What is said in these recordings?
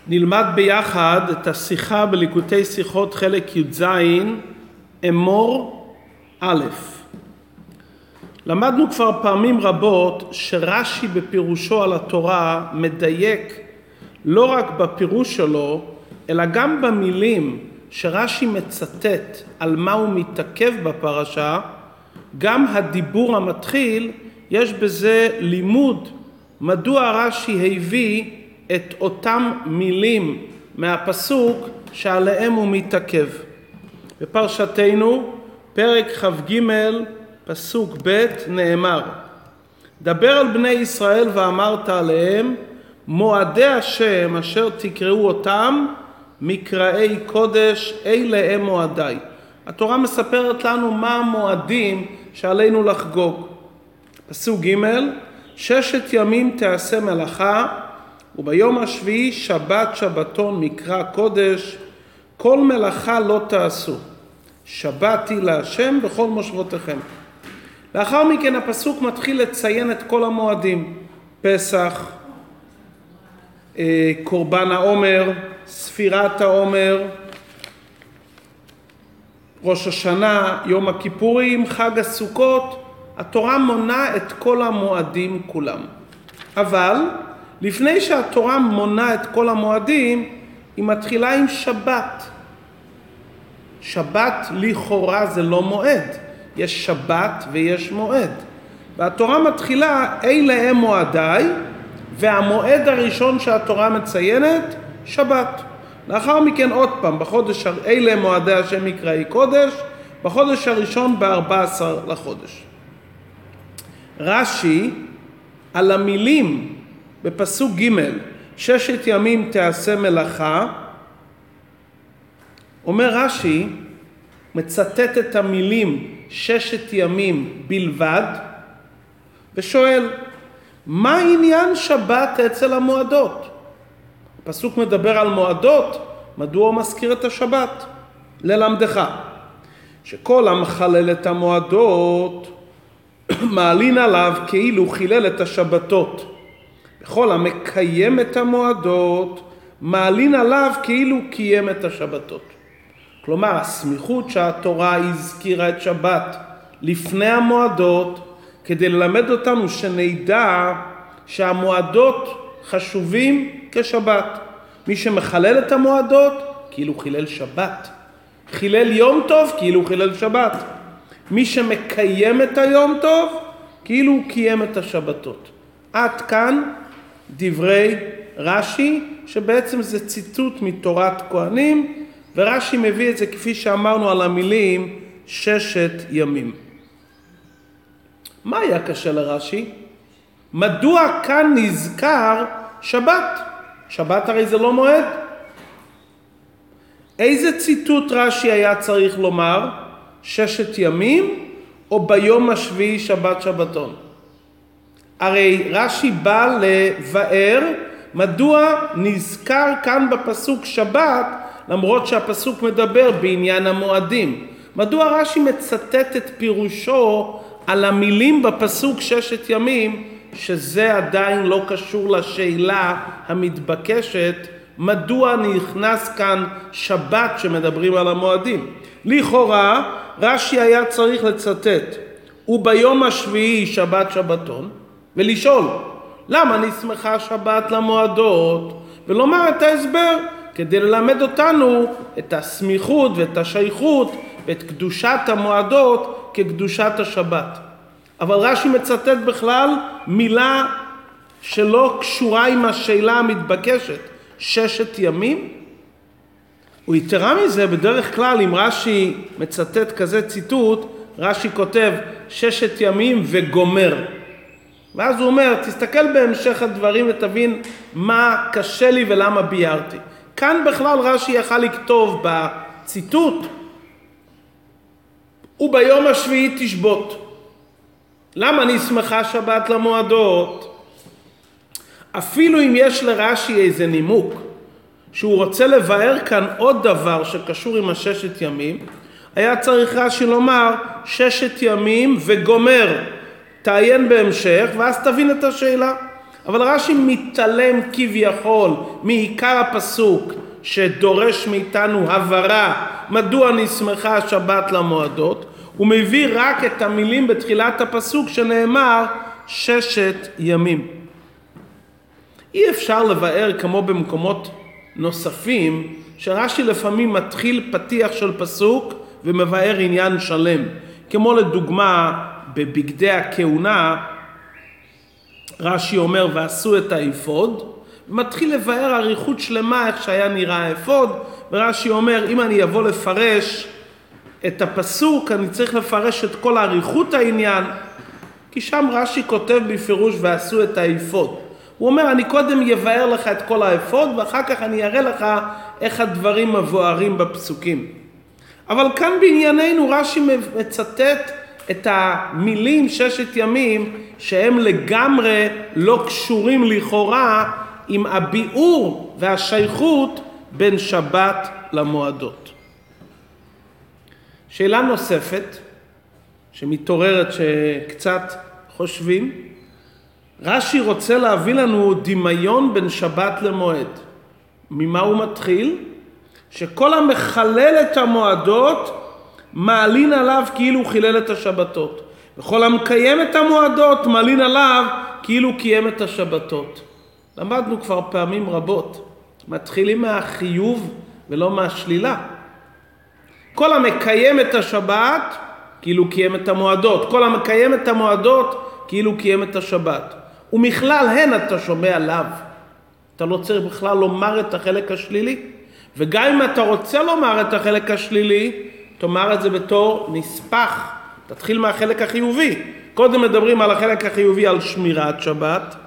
נלמד ביחד את השיחה בליקוטי שיחות חלק י"ז, אמור א'. למדנו כבר פעמים רבות שרש"י בפירושו על התורה מדייק לא רק בפירוש שלו, אלא גם במילים שרש"י מצטט על מה הוא מתעכב בפרשה. גם הדיבור המתחיל יש בזה לימוד מדוע רש"י הביא את אותם מילים מהפסוק שעליהם הוא מתעכב. בפרשתנו פרק כ"ג פסוק ב' נאמר: דבר על בני ישראל ואמרת עליהם מועדי השם אשר תקראו אותם מקראי קודש, אלה הם מועדיי. התורה מספרת לנו מה המועדים שעלינו לחגוג. פסוק ג': 6 ימים תעשה מלאכה וביום השביעי שבת שבתון מקרא קודש, כל מלאכה לא תעשו, שבת היא להשם בכל מושבותיכם. לאחר מכן הפסוק מתחיל לציין את כל המועדים: פסח, קורבן העומר, ספירת העומר, ראש השנה, יום הכיפורים, חג הסוכות. התורה מונה את כל המועדים כולם. אבל לפני שהתורה מונה את כל המועדים, היא מתחילה עם שבת. שבת לכאורה זה לא מועד. יש שבת ויש מועד. והתורה מתחילה, אלה הם מועדיי, והמועד הראשון שהתורה מציינת, שבת. לאחר מכן עוד פעם, בחודש, אלה הם מועדי השם מקראי קודש, בחודש הראשון ב-14 לחודש. רש"י על המילים בפסוק ג' 6 ימים תעשה מלאכה, אומר רש"י, מצטט את המילים 6 ימים בלבד, ושואל, מה עניין שבת אצל המועדות? הפסוק מדבר על מועדות, מדוע הוא מזכיר את השבת? ללמדך, שכל המחלל את המועדות, מעלין עליו כאילו חילל את השבתות. וכל המקיים את המועדות, מעלין עליו כאילו קיים את השבתות. כלומר, הסמיכות שהתורה הזכירה את שבת לפני המועדות, כדי ללמד אותנו שנדע שהמועדות חשובים כשבת. מי שמחלל את המועדות, כאילו חילל שבת. חילל יום טוב, כאילו חילל שבת. מי שמקיים את היום טוב, כאילו הוא קיים את השבתות. עד כאן דברי רש"י, שבעצם זה ציטוט מתורת כהנים, ורש"י מביא את זה כפי שאמרנו על המילים 6 ימים. מה היה קשה לרש"י? מדוע כאן נזכר שבת? שבת הרי זה לא מועד. איזה ציטוט רש"י היה צריך לומר? 6 ימים או ביום השביעי שבת שבתון? הרי רש"י בא לבאר מדוע נזכר כאן בפסוק שבת, למרות שהפסוק מדבר בעניין המועדים. מדוע רש"י מצטט את פירושו על המילים בפסוק 6 ימים, שזה עדיין לא קשור לשאלה המתבקשת, מדוע נכנס כאן שבת שמדברים על המועדים? לכאורה רש"י היה צריך לצטט וביום השביעי שבת שבתון, ולשאול למה נסמכה שבת למועדות, ולומר את ההסבר כדי ללמד אותנו את הסמיכות ואת השייכות ואת קדושת המועדות כקדושת השבת. אבל רש"י מצטט בכלל מילה שלא קשורה עם השאלה המתבקשת, 6 ימים. ויתרה מזה, בדרך כלל אם רש"י מצטט כזה ציטוט, רש"י כותב 6 ימים וגומר. ואז הוא אומר, תסתכל בהמשך הדברים ותבין מה קשה לי ולמה ביירתי. כאן בכלל רש"י יכל לכתוב בציטוט, וביום השביעי תשבות. למה נסמכה שבת למועדות? אפילו אם יש לרש"י איזה נימוק, שהוא רוצה לבאר כאן עוד דבר שקשור עם 6 ימים, היה צריך רש"י לומר 6 ימים וגומר. תעיין בהמשך ואז תבין את השאלה. אבל רש"י מתעלם כביכול מעיקר הפסוק שדורש מאיתנו הבהרה מדוע נסמכה השבת למועדות, הוא מביא רק את המילים בתחילת הפסוק שנאמר 6 ימים. אי אפשר לבאר כמו במקומות נוספים שרש"י לפעמים מתחיל פתיח של פסוק ומבאר עניין שלם, כמו לדוגמה בבגדי הכהונה רש"י אומר ועשו את האפוד, ומתחיל לבאר אריכות שלמה איך שהיה נראה האפוד, ורש"י אומר אם אני אבוא לפרש את הפסוק אני צריך לפרש את כל אריכות העניין, כי שם רש"י כותב בפירוש ועשו את האפוד. הוא אומר אני קודם יבאר לך את כל האפוד ואחר כך אני אראה לך איך הדברים מבוארים בפסוקים. אבל כאן בענייננו רש"י מצטט את המילים 6 ימים שהם לגמרי לא קשורים לכאורה עם הביאור והשייכות בין שבת למועדות. שאלה נוספת שמתעוררת שקצת חושבים, רש"י רוצה להביא לנו דמיון בין שבת למועד. ממה הוא מתחיל? שכל המחלל את המועדות מעלין עליו כאילו חילל את השבתות, וכל המקיים את המועדות מעלין עליו כאילו קיים את השבתות. למדנו כבר פעמים רבות, מתחילים מהחיוב ולא מהשלילה. כל המקיים את השבת כאילו קיים את המועדות, כל המקיים את המועדות כאילו קיים את השבת, ומכלל הן אתה שומע לאו. אתה לא צריך בכלל לומר את החלק השלילי, וגם אם אתה רוצה לומר את החלק השלילי תאמר את זה בתור נספח, תתחיל מהחלק החיובי. קודם מדברים על החלק החיובי על שמירת שבת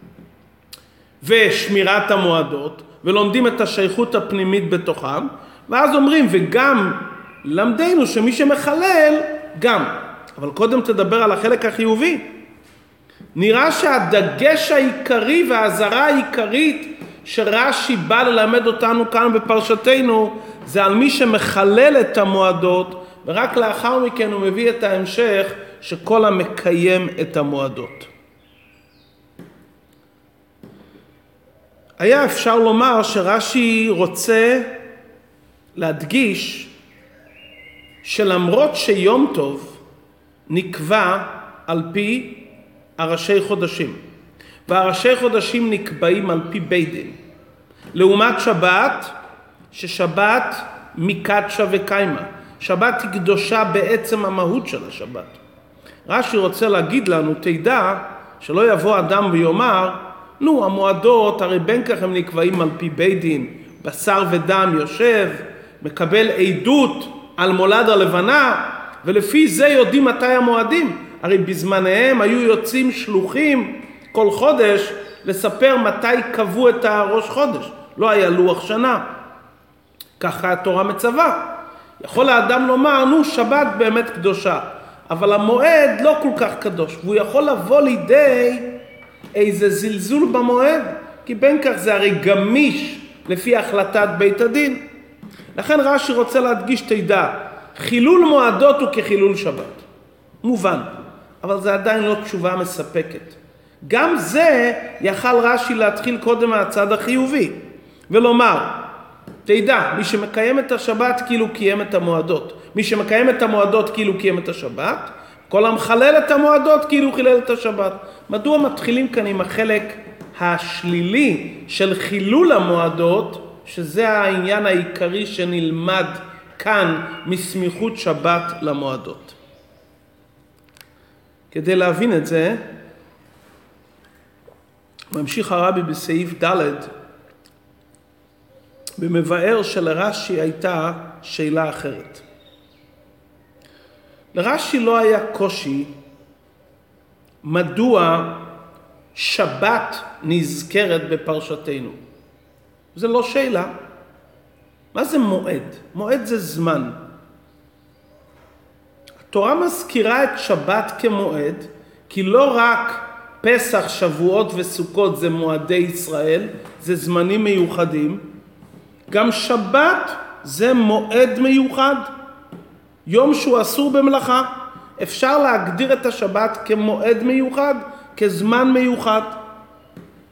ושמירת המועדות, ולומדים את השייכות הפנימית בתוכם, ואז אומרים וגם למדנו שמי שמחלל גם. אבל קודם תדבר על החלק החיובי. נראה שהדגש העיקרי וההזרה העיקרית שרש"י בא ללמד אותנו כאן בפרשתנו זה על מי שמחלל את המועדות, ורק לאחר מכן הוא מביא את ההמשך שכל המקיים את המועדות. היה אפשר לומר שרש"י רוצה להדגיש שלמרות שיום טוב נקבע על פי הראשי חודשים, והראשי חודשים נקבעים על פי בית דין, לעומת שבת ששבת מקדשה וקיימה, שבת היא קדושה בעצם המהות של השבת. רש"י רוצה להגיד לנו תדע שלא יבוא אדם ויאמר נו המועדות הרי בין כך הם נקבעים על פי בית דין, בשר ודם יושב מקבל עדות על מולד הלבנה ולפי זה יודעים מתי המועדים. הרי בזמניהם היו יוצאים שלוחים כל חודש לספר מתי קבעו את הראש חודש, לא היה לוח שנה, ככה התורה מצווה. יכול האדם לומר נו שבת באמת קדושה, אבל המועד לא כל כך קדוש, והוא יכול לבוא לידי איזה זלזול במועד, כי בין כך זה הרי גמיש לפי החלטת בית הדין. לכן רש"י רוצה להדגיש תדע, חילול מועדות הוא כחילול שבת, מובן, אבל זה עדיין לא תשובה מספקת. גם זה יכל רש"י להתחיל קודם מהצד החיובי ולומר תדע, מי שמקיים את השבת כאילו קיים את המועדות, מי שמקיים את המועדות כאילו קיים את השבת, כל המחלל את המועדות כאילו חילל את השבת. מדוע מתחילים כאן עם החלק השלילי של חילול המועדות, שזה העניין העיקרי שנלמד כאן מסמיכות שבת למועדות? כדי להבין את זה ממשיך הרבי בסעיף ד' במבאר שלרש"י הייתה שאלה אחרת. לרש"י לא היה קושי מדוע שבת נזכרת בפרשתנו. זה לא שאלה. מה זה מועד? מועד זה זמן. התורה מזכירה את שבת כמועד, כי לא רק פסח, שבועות וסוכות זה מועדי ישראל, זה זמנים מיוחדים, גם שבת זה מועד מיוחד, יום שהוא אסור במלאכה. אפשר להגדיר את השבת כמועד מיוחד, כזמן מיוחד.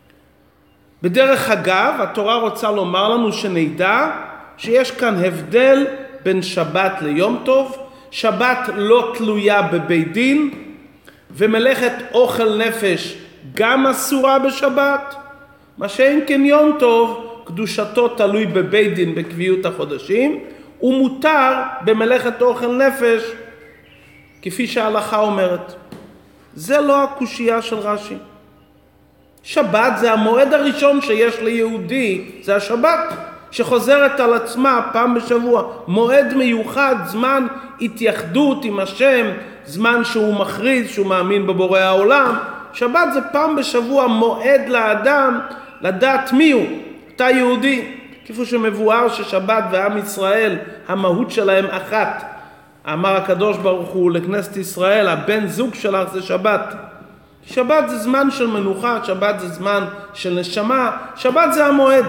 בדרך אגב, התורה רוצה לומר לנו שנדע שיש כאן הבדל בין שבת ליום טוב. שבת לא תלויה בבית דין, ומלאכת אוכל נפש גם אסורה בשבת. מה שאין כן יום טוב, קדושתו תלוי בבית דין בקביעות החודשים, ומותר במלאכת אוכל נפש, כפי שההלכה אומרת. זה לא הקושייה של רש"י. שבת זה המועד הראשון שיש ליהודי, זה השבת, שחוזרת על עצמה פעם בשבוע. מועד מיוחד, זמן התייחדות עם השם, זמן שהוא מכריז שהוא מאמין בבורא העולם. שבת זה פעם בשבוע מועד לאדם לדעת מי הוא, אתה יהודי. כפי שמבואר ששבת ועם ישראל, המהות שלהם אחת. אמר הקדוש ברוך הוא לכנסת ישראל, הבן זוג שלך זה שבת. שבת זה זמן של מנוחה, שבת זה זמן של נשמה, שבת זה המועד.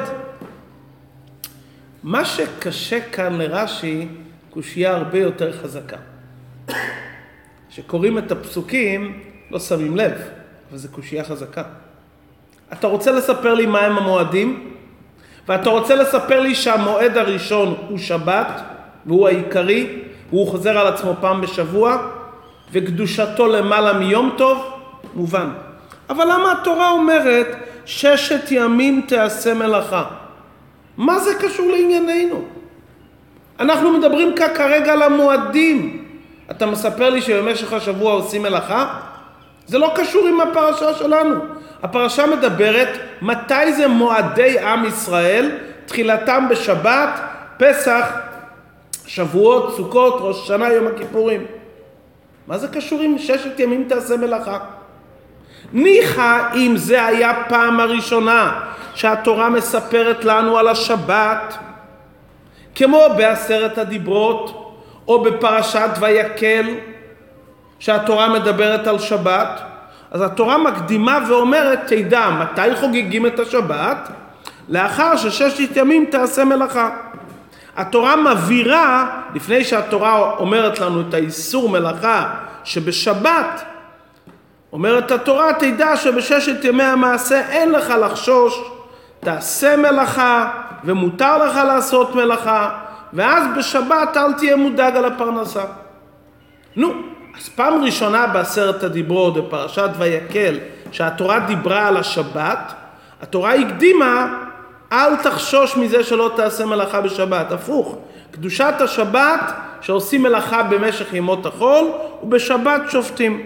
מה שקשה כאן לרש"י, קושייה הרבה יותר חזקה. שקוראים את הפסוקים, לא שמים לב, אבל זה קושייה חזקה. אתה רוצה לספר לי מהם המועדים? ואתה רוצה לספר לי שהמועד הראשון הוא שבת, והוא העיקרי, והוא חוזר על עצמו פעם בשבוע, וקדושתו למעלה מיום טוב? מובן. אבל למה התורה אומרת 6 ימים תעשה מלאכה? מה זה קשור לענייננו? אנחנו מדברים כרגע על המועדים. אתה מספר לי שבמשך השבוע עושים מלאכה? זה לא קשור עם הפרשה שלנו. הפרשה מדברת מתי זה מועדי עם ישראל, תחילתם בשבת, פסח, שבועות, סוכות, ראש שנה, יום הכיפורים. מה זה קשור עם 6 ימים תעשה מלאכה? ניחא אם זה היה פעם הראשונה שהתורה מספרת לנו על השבת, כמו בעשרת הדיברות, או בפרשת ויקל, שהתורה מדברת על שבת, אז התורה מקדימה ואומרת, תדע, מתי חוגגים את השבת? לאחר ש6 ימים תעשה מלאכה. התורה מבהירה, לפני שהתורה אומרת לנו את האיסור מלאכה שבשבת, אומרת התורה, תדע שב6 ימי המעשה אין לך לחשוש, תעשה מלאכה ומותר לך לעשות מלאכה, ואז בשבת אל תהיה מודאג על הפרנסה. נו, אז פעם ראשונה בעשרת הדיברות בפרשת ויקל, שהתורה דיברה על השבת, התורה הקדימה, אל תחשוש מזה שלא תעשה מלאכה בשבת. הפוך, קדושת השבת שעושים מלאכה במשך ימות החול, ובשבת שופטים.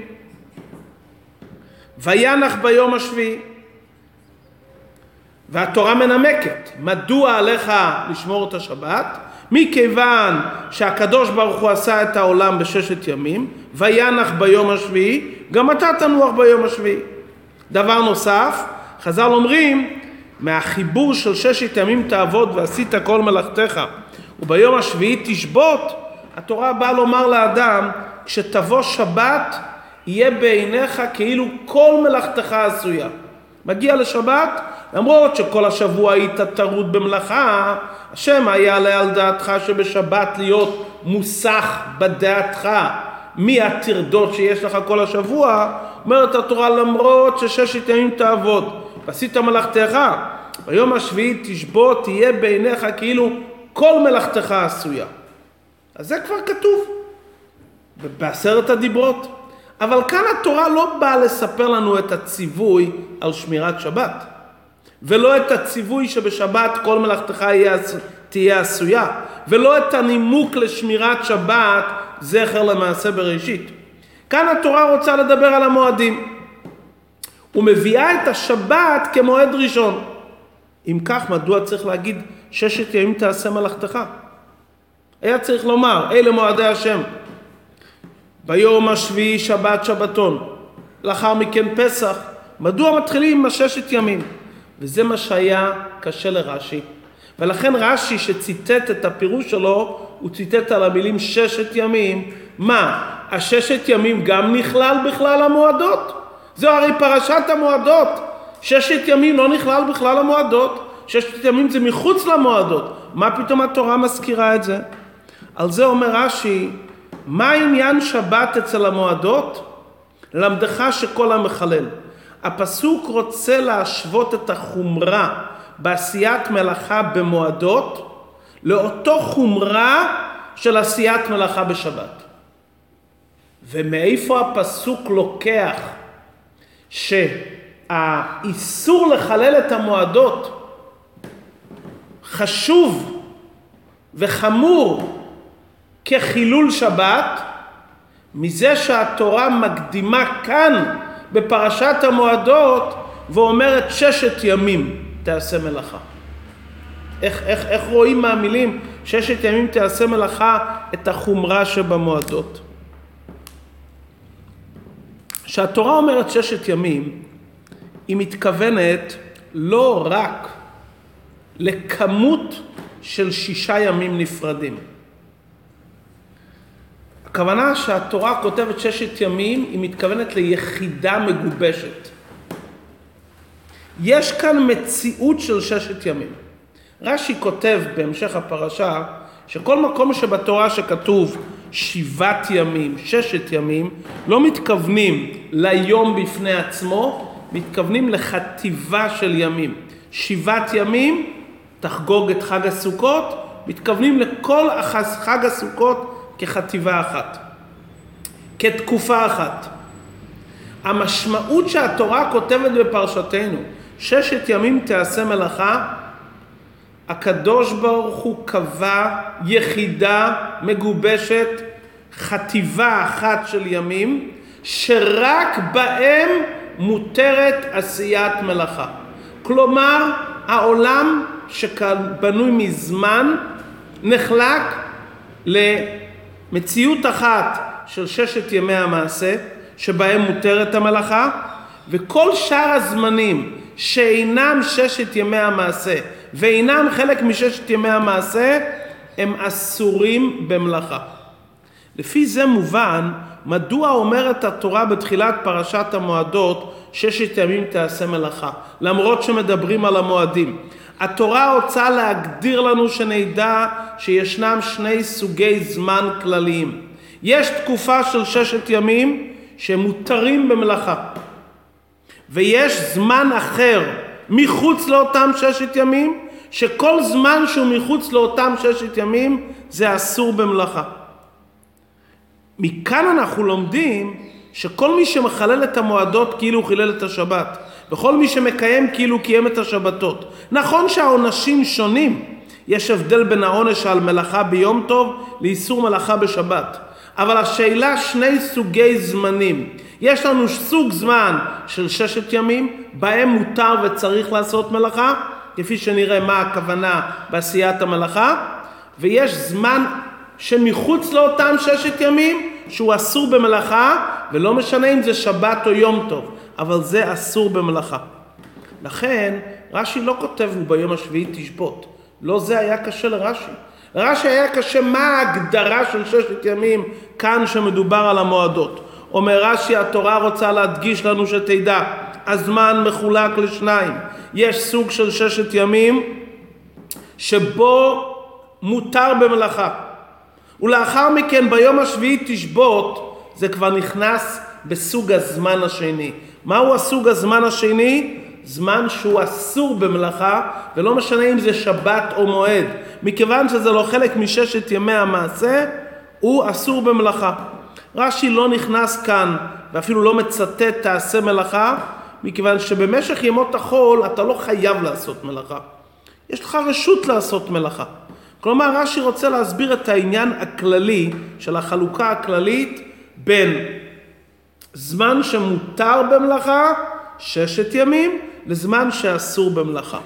וינח ביום השביעי. והתורה מנמקת, מדוע עליך לשמור את השבת? מכיוון שהקדוש ברוך הוא עשה את העולם ב6 ימים, וינח ביום השביעי, גם אתה תנוח ביום השביעי. דבר נוסף, חז"ל אומרים, מהחיבור של 6 ימים תעבוד ועשית כל מלאכתך, וביום השביעי תשבות, התורה באה לומר לאדם, כשתבוא שבת, יהיה בעיניך כאילו כל מלאכתך עשויה. מגיע לשבת, למרות שכל השבוע היית טרוד במלאכה, השם היה עלה על דעתך שבשבת להיות מוסך בדעתך מהטרדות שיש לך כל השבוע. אומרת התורה, למרות ש6 ימים תעבוד ועשית מלאכתך, ביום השביעי תשבות, תהיה בעיניך כאילו כל מלאכתך עשויה. אז זה כבר כתוב בעשרת הדיברות. אבל כאן התורה לא באה לספר לנו את הציווי על שמירת שבת, ולא את הציווי שבשבת כל מלאכתך תהיה עשויה, ולא את הנימוק לשמירת שבת זכר למעשה בראשית. כאן התורה רוצה לדבר על המועדים, ומביאה את השבת כמועד ראשון. אם כך, מדוע צריך להגיד 6 ימים תעשה מלאכתך? היה צריך לומר, אלה מועדי השם. ביום השביעי שבת שבתון, לאחר מכן פסח. מדוע מתחילים עם 6 ימים? וזה מה שהיה קשה לרש"י. ולכן רש"י שציטט את הפירוש שלו, הוא ציטט על המילים 6 ימים. מה? 6 ימים גם נכלל בכלל המועדות? זו הרי פרשת המועדות. 6 ימים לא נכלל בכלל המועדות. 6 ימים זה מחוץ למועדות. מה פתאום התורה מזכירה את זה? על זה אומר רש"י, מה עניין שבת אצל המועדות? למדך שכל המחלל. הפסוק רוצה להשוות את החומרה בעשיית מלאכה במועדות לאותו חומרה של עשיית מלאכה בשבת. ומאיפה הפסוק לוקח שהאיסור לחלל את המועדות חשוב וחמור כחילול שבת? מזה שהתורה מקדימה כאן בפרשת המועדות ואומרת 6 ימים תעשה מלאכה. איך רואים מהמילים 6 ימים תעשה מלאכה את החומרה שבמועדות? שהתורה אומרת 6 ימים, היא מתכוונת לא רק לכמות של 6 ימים נפרדים. הכוונה שהתורה כותבת 6 ימים, היא מתכוונת ליחידה מגובשת. יש כאן מציאות של 6 ימים. רש"י כותב בהמשך הפרשה, שכל מקום שבתורה שכתוב 7 ימים, 6 ימים, לא מתכוונים ליום בפני עצמו, מתכוונים לחטיבה של ימים. 7 ימים, תחגוג את חג הסוכות, מתכוונים לכל חג הסוכות כחטיבה אחת, כתקופה אחת. המשמעות שהתורה כותבת בפרשתנו, 6 ימים תעשה מלאכה, הקדוש ברוך הוא קבע יחידה מגובשת, חטיבה אחת של ימים, שרק בהם מותרת עשיית מלאכה. כלומר, העולם שבנוי מזמן נחלק למציאות אחת של 6 ימי המעשה, שבהם מותרת המלאכה, וכל שאר הזמנים שאינם 6 ימי המעשה, ואינם חלק מ6 ימי המעשה, הם אסורים במלאכה. לפי זה מובן, מדוע אומרת התורה בתחילת פרשת המועדות 6 ימים תעשה מלאכה, למרות שמדברים על המועדים. התורה רוצה להגדיר לנו שנדע שישנם 2 סוגי זמן כלליים. יש תקופה של 6 ימים שמותרים במלאכה, ויש זמן אחר מחוץ לאותם 6 ימים, שכל זמן שהוא מחוץ לאותם 6 ימים זה אסור במלאכה. מכאן אנחנו לומדים שכל מי שמחלל את המועדות כאילו הוא חילל את השבת, וכל מי שמקיים כאילו קיים את השבתות. נכון שהעונשים שונים, יש הבדל בין העונש על מלאכה ביום טוב לאיסור מלאכה בשבת, אבל השאלה 2 סוגי זמנים. יש לנו סוג זמן של 6 ימים, בהם מותר וצריך לעשות מלאכה, כפי שנראה מה הכוונה בעשיית המלאכה, ויש זמן שמחוץ לאותם 6 ימים, שהוא אסור במלאכה, ולא משנה אם זה שבת או יום טוב, אבל זה אסור במלאכה. לכן, רש"י לא כותב ביום השביעי תשבות. לא זה היה קשה לרש"י. לרש"י היה קשה מה ההגדרה של 6 ימים כאן שמדובר על המועדות. אומר רש"י, התורה רוצה להדגיש לנו שתדע, הזמן מחולק ל2. יש סוג של 6 ימים שבו מותר במלאכה. ולאחר מכן ביום השביעי תשבות, זה כבר נכנס בסוג הזמן השני. מהו הסוג הזמן השני? זמן שהוא אסור במלאכה, ולא משנה אם זה שבת או מועד. מכיוון שזה לא חלק מ6 ימי המעשה, הוא אסור במלאכה. רש"י לא נכנס כאן, ואפילו לא מצטט תעשה מלאכה, מכיוון שבמשך ימות החול אתה לא חייב לעשות מלאכה. יש לך רשות לעשות מלאכה. כלומר, רש"י רוצה להסביר את העניין הכללי של החלוקה הכללית בין זמן שמותר במלאכה, 6 ימים, לזמן שאסור במלאכה.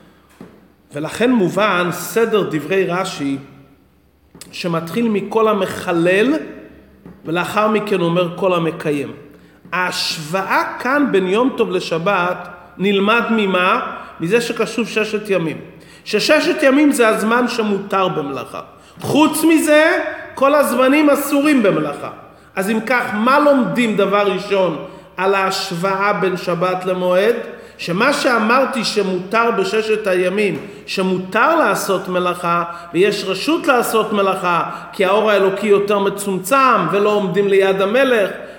ולכן מובן סדר דברי רש"י שמתחיל מכל המחלל, ולאחר מכן אומר כל המקיים. ההשוואה כאן בין יום טוב לשבת נלמד ממה? מזה שקשוב 6 ימים. ש6 ימים זה הזמן שמותר במלאכה. חוץ מזה, כל הזמנים אסורים במלאכה. אז אם כך, מה לומדים דבר ראשון על ההשוואה בין שבת למועד? שמה שאמרתי שמותר ב6 הימים, שמותר לעשות מלאכה, ויש רשות לעשות מלאכה, כי האור האלוקי יותר מצומצם, ולא עומדים ליד המלך,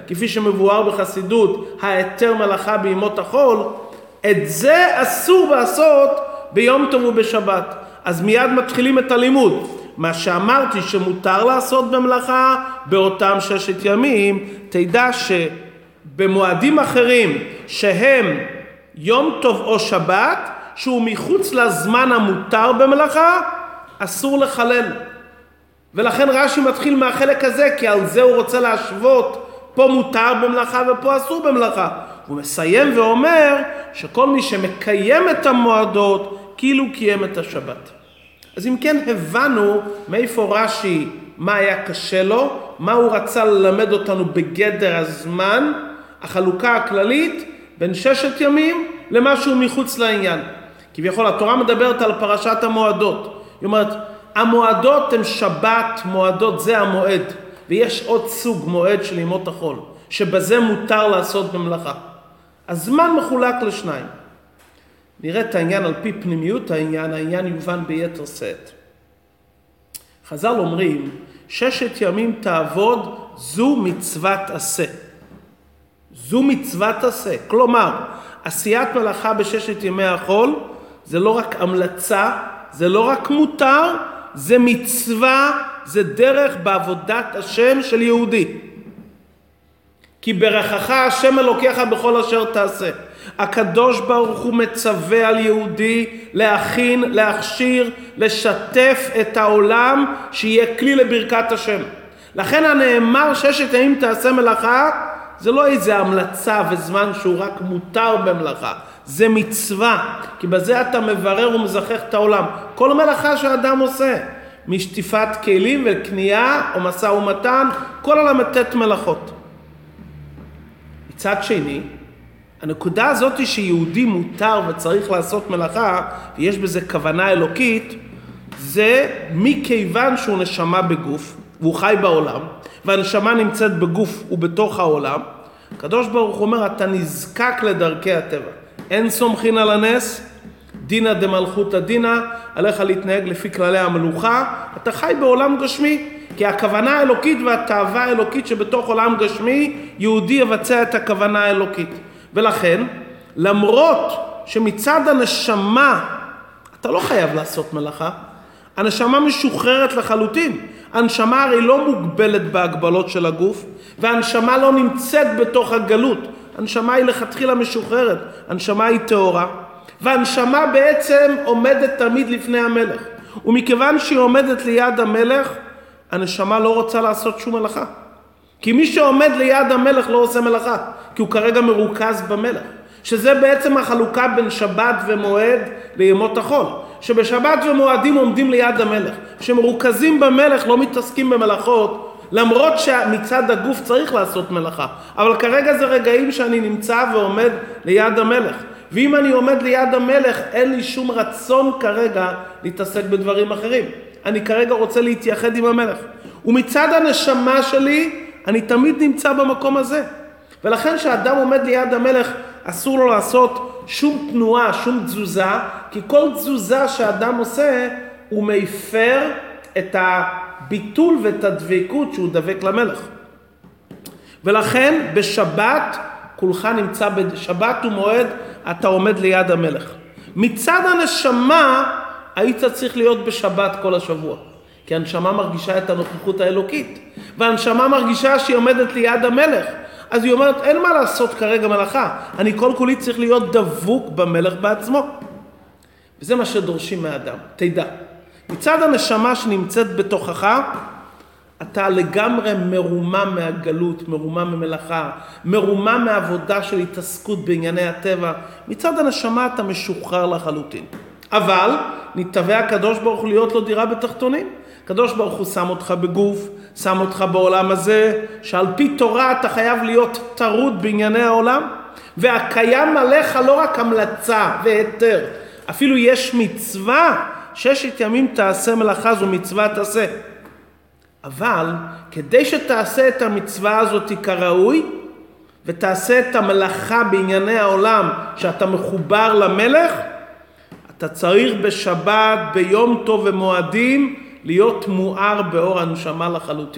כפי שמבואר בחסידות, ההיתר מלאכה בימות החול, את זה אסור לעשות ביום טוב ובשבת. אז מיד מתחילים את הלימוד. מה שאמרתי שמותר לעשות במלאכה באותם 6 ימים, תדע שבמועדים אחרים שהם יום טוב או שבת, שהוא מחוץ לזמן המותר במלאכה, אסור לחלל. ולכן רש"י מתחיל מהחלק הזה, כי על זה הוא רוצה להשוות, פה מותר במלאכה ופה אסור במלאכה. הוא מסיים ואומר שכל מי שמקיים את המועדות, כאילו קיים את השבת. אז אם כן הבנו מאיפה רש"י, מה היה קשה לו, מה הוא רצה ללמד אותנו בגדר הזמן, החלוקה הכללית בין 6 ימים למשהו מחוץ לעניין. כביכול התורה מדברת על פרשת המועדות. היא אומרת, המועדות הן שבת, מועדות זה המועד, ויש עוד סוג מועד של ימות החול, שבזה מותר לעשות במלאכה. הזמן מחולק לשניים. נראה את העניין על פי פנימיות העניין יובן ביתר שאת. חז"ל אומרים, 6 ימים תעבוד, זו מצוות עשה. זו מצוות עשה. כלומר, עשיית מלאכה ב6 ימי החול, זה לא רק המלצה, זה לא רק מותר, זה מצווה, זה דרך בעבודת השם של יהודי. כי ברכך השם אלוקיך בכל אשר תעשה. הקדוש ברוך הוא מצווה על יהודי להכין, להכשיר, לשתף את העולם שיהיה כלי לברכת השם. לכן הנאמר 6 ימים תעשה מלאכה, זה לא איזה המלצה וזמן שהוא רק מותר במלאכה. זה מצווה, כי בזה אתה מברר ומזכח את העולם. כל מלאכה שאדם עושה, משטיפת כלים וקנייה או משא ומתן, כל הל"ט מלאכות. מצד שני, הנקודה הזאת היא שיהודי מותר וצריך לעשות מלאכה, ויש בזה כוונה אלוקית, זה מכיוון שהוא נשמה בגוף, והוא חי בעולם, והנשמה נמצאת בגוף ובתוך העולם, הקדוש ברוך הוא אומר, אתה נזקק לדרכי הטבע. אין סומכין על הנס, דינא דמלכותא דינא, עליך להתנהג לפי כללי המלוכה, אתה חי בעולם גשמי, כי הכוונה האלוקית והתאווה האלוקית שבתוך עולם גשמי, יהודי יבצע את הכוונה האלוקית. ולכן, למרות שמצד הנשמה, אתה לא חייב לעשות מלאכה, הנשמה משוחררת לחלוטין. הנשמה הרי לא מוגבלת בהגבלות של הגוף, והנשמה לא נמצאת בתוך הגלות. הנשמה היא לכתחילה משוחררת, הנשמה היא טהורה, והנשמה בעצם עומדת תמיד לפני המלך. ומכיוון שהיא עומדת ליד המלך, הנשמה לא רוצה לעשות שום מלאכה. כי מי שעומד ליד המלך לא עושה מלאכה, כי הוא כרגע מרוכז במלך. שזה בעצם החלוקה בין שבת ומועד לימות החול. שבשבת ומועדים עומדים ליד המלך. שמרוכזים במלך לא מתעסקים במלאכות, למרות שמצד הגוף צריך לעשות מלאכה. אבל כרגע זה רגעים שאני נמצא ועומד ליד המלך. ואם אני עומד ליד המלך, אין לי שום רצון כרגע להתעסק בדברים אחרים. אני כרגע רוצה להתייחד עם המלך. ומצד הנשמה שלי, אני תמיד נמצא במקום הזה. ולכן שאדם עומד ליד המלך, אסור לו לעשות שום תנועה, שום תזוזה, כי כל תזוזה שאדם עושה, הוא מפר את הביטול ואת הדבקות שהוא דבק למלך. ולכן בשבת, כולך נמצא בשבת ומועד, אתה עומד ליד המלך. מצד הנשמה, היית צריך להיות בשבת כל השבוע. כי הנשמה מרגישה את הנוכחות האלוקית. והנשמה מרגישה שהיא עומדת ליד המלך. אז היא אומרת, אין מה לעשות כרגע מלאכה. אני כל כולי צריך להיות דבוק במלך בעצמו. וזה מה שדורשים מהאדם. תדע. מצד הנשמה שנמצאת בתוכך, אתה לגמרי מרומם מהגלות, מרומם ממלאכה, מרומם מעבודה של התעסקות בענייני הטבע. מצד הנשמה אתה משוחרר לחלוטין. אבל נתבע הקדוש ברוך הוא להיות לו דירה בתחתונים. הקדוש ברוך הוא שם אותך בגוף, שם אותך בעולם הזה, שעל פי תורה אתה חייב להיות טרוד בענייני העולם, והקיים עליך לא רק המלצה והיתר, אפילו יש מצווה, 6 ימים תעשה מלאכה, זו מצווה תעשה. אבל כדי שתעשה את המצווה הזאת כראוי, ותעשה את המלאכה בענייני העולם, שאתה מחובר למלך, אתה צריך בשבת, ביום טוב ומועדים, להיות מואר באור הנשמה לחלוטין.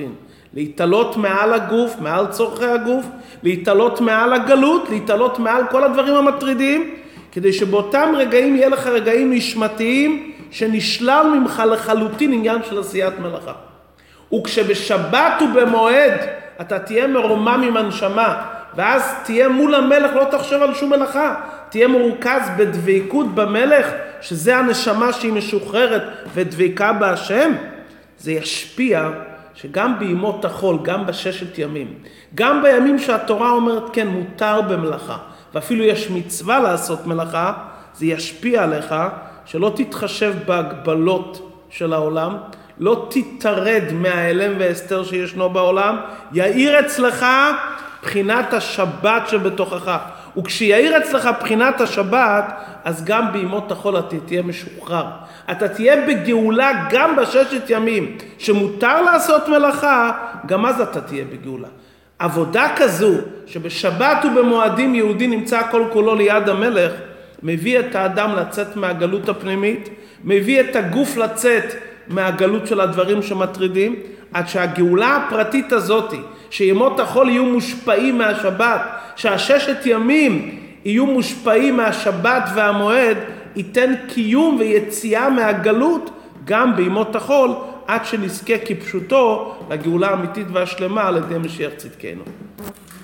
להתעלות מעל הגוף, מעל צורכי הגוף, להתעלות מעל הגלות, להתעלות מעל כל הדברים המטרידים, כדי שבאותם רגעים יהיה לך רגעים נשמתיים שנשלל ממך לחלוטין עניין של עשיית מלאכה. וכשבשבת ובמועד אתה תהיה מרומם עם הנשמה, ואז תהיה מול המלך, לא תחשוב על שום מלאכה, תהיה מרוכז בדבקות במלך, שזה הנשמה שהיא משוחררת ודבקה בהשם, זה ישפיע שגם בימות החול, גם בששת ימים, גם בימים שהתורה אומרת כן מותר במלאכה, ואפילו יש מצווה לעשות מלאכה, זה ישפיע עליך שלא תתחשב בהגבלות של העולם, לא תתרד מהאלם והסתר שישנו בעולם, יאיר אצלך בחינת השבת שבתוכך. וכשיאיר אצלך בחינת השבת, אז גם בימות החול אתה תהיה משוחרר. אתה תהיה בגאולה גם בששת ימים, שמותר לעשות מלאכה, גם אז אתה תהיה בגאולה. עבודה כזו, שבשבת ובמועדים יהודי נמצא כל כולו ליד המלך, מביא את האדם לצאת מהגלות הפנימית, מביא את הגוף לצאת מהגלות של הדברים שמטרידים, עד שהגאולה הפרטית הזאת, שימות החול יהיו מושפעים מהשבת, שהששת ימים יהיו מושפעים מהשבת והמועד, ייתן קיום ויציאה מהגלות גם בימות החול, עד שנזכה כפשוטו לגאולה האמיתית והשלמה על ידי משיח צדקנו.